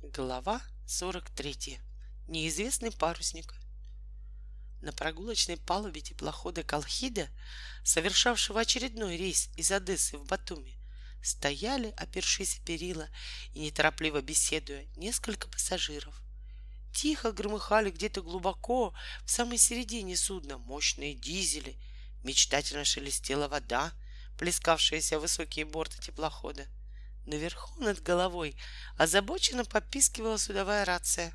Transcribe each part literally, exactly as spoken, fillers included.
Глава сорок третья. Неизвестный парусник. На прогулочной палубе теплохода «Колхида», совершавшего очередной рейс из Одессы в Батуми, стояли, опершись о перила и неторопливо беседуя, несколько пассажиров. Тихо громыхали где-то глубоко, в самой середине судна, мощные дизели. Мечтательно шелестела вода, плескавшаяся в высокие борты теплохода. Наверху над головой озабоченно попискивала судовая рация.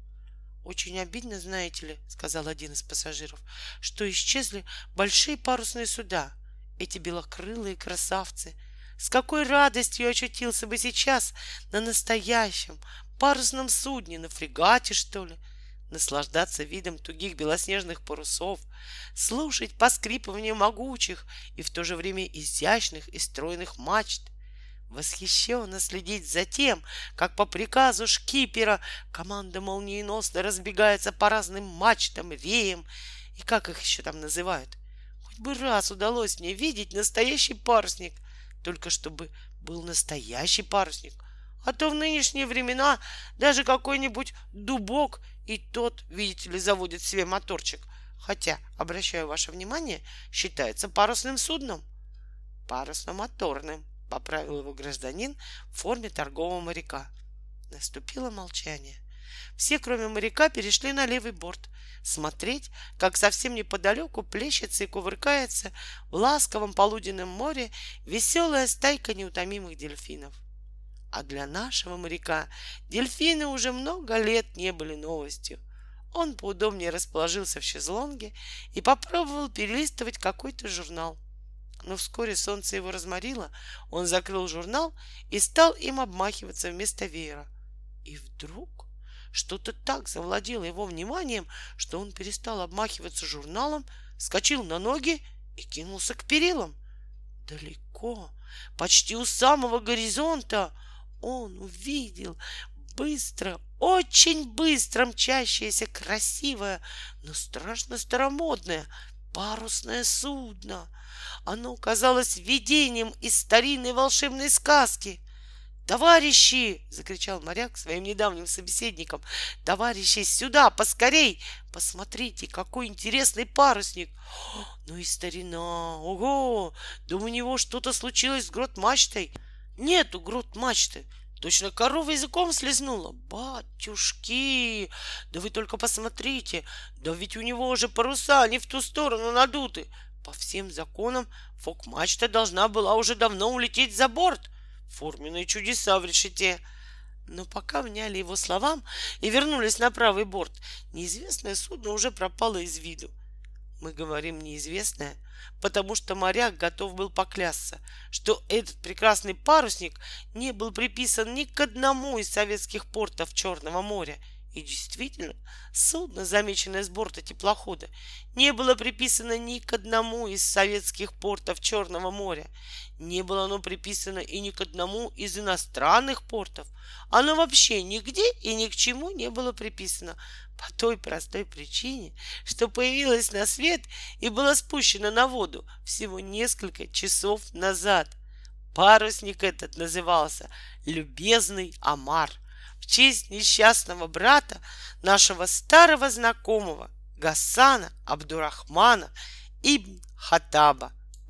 «Очень обидно, знаете ли, — сказал один из пассажиров, — что исчезли большие парусные суда, эти белокрылые красавцы. С какой радостью очутился бы сейчас на настоящем парусном судне, на фрегате, что ли, наслаждаться видом тугих белоснежных парусов, слушать поскрипывание могучих и в то же время изящных и стройных мачт, восхищенно следить за тем, как по приказу шкипера команда молниеносно разбегается по разным мачтам, реям и как их еще там называют. Хоть бы раз удалось мне видеть настоящий парусник, только чтобы был настоящий парусник, а то в нынешние времена даже какой-нибудь дубок и тот, видите ли, заводит себе моторчик, хотя, обращаю ваше внимание, считается парусным судном. Парусно-моторным, — поправил его гражданин в форме торгового моряка. Наступило молчание. Все, кроме моряка, перешли на левый борт, смотреть, как совсем неподалеку плещется и кувыркается в ласковом полуденном море веселая стайка неутомимых дельфинов. А для нашего моряка дельфины уже много лет не были новостью. Он поудобнее расположился в шезлонге и попробовал перелистывать какой-то журнал. Но вскоре солнце его разморило, он закрыл журнал и стал им обмахиваться вместо веера. И вдруг что-то так завладело его вниманием, что он перестал обмахиваться журналом, вскочил на ноги и кинулся к перилам. Далеко, почти у самого горизонта, он увидел быстро, очень быстро мчащееся красивое, но страшно старомодное парусное судно. Оно казалось видением из старинной волшебной сказки. «Товарищи!» — закричал моряк своим недавним собеседникам. «Товарищи, сюда, поскорей! Посмотрите, какой интересный парусник! Ну и старина! Ого! Да у него что-то случилось с грот-мачтой! Нету грот-мачты! Точно корова языком слезнула! Батюшки! Да вы только посмотрите! Да ведь у него уже паруса не в ту сторону надуты! По всем законам фок-мачта должна была уже давно улететь за борт! Форменные чудеса в решете!» Но пока вняли его словам и вернулись на правый борт, неизвестное судно уже пропало из виду. Мы говорим «неизвестное», потому что моряк готов был поклясться, что этот прекрасный парусник не был приписан ни к одному из советских портов Черного моря. И действительно, судно, замеченное с борта теплохода, не было приписано ни к одному из советских портов Черного моря. Не было оно приписано и ни к одному из иностранных портов. Оно вообще нигде и ни к чему не было приписано по той простой причине, что появилось на свет и было спущено на воду всего несколько часов назад. Парусник этот назывался «Любезный Омар», в честь несчастного брата нашего старого знакомого Гасана Абдурахмана ибн Хаттаба,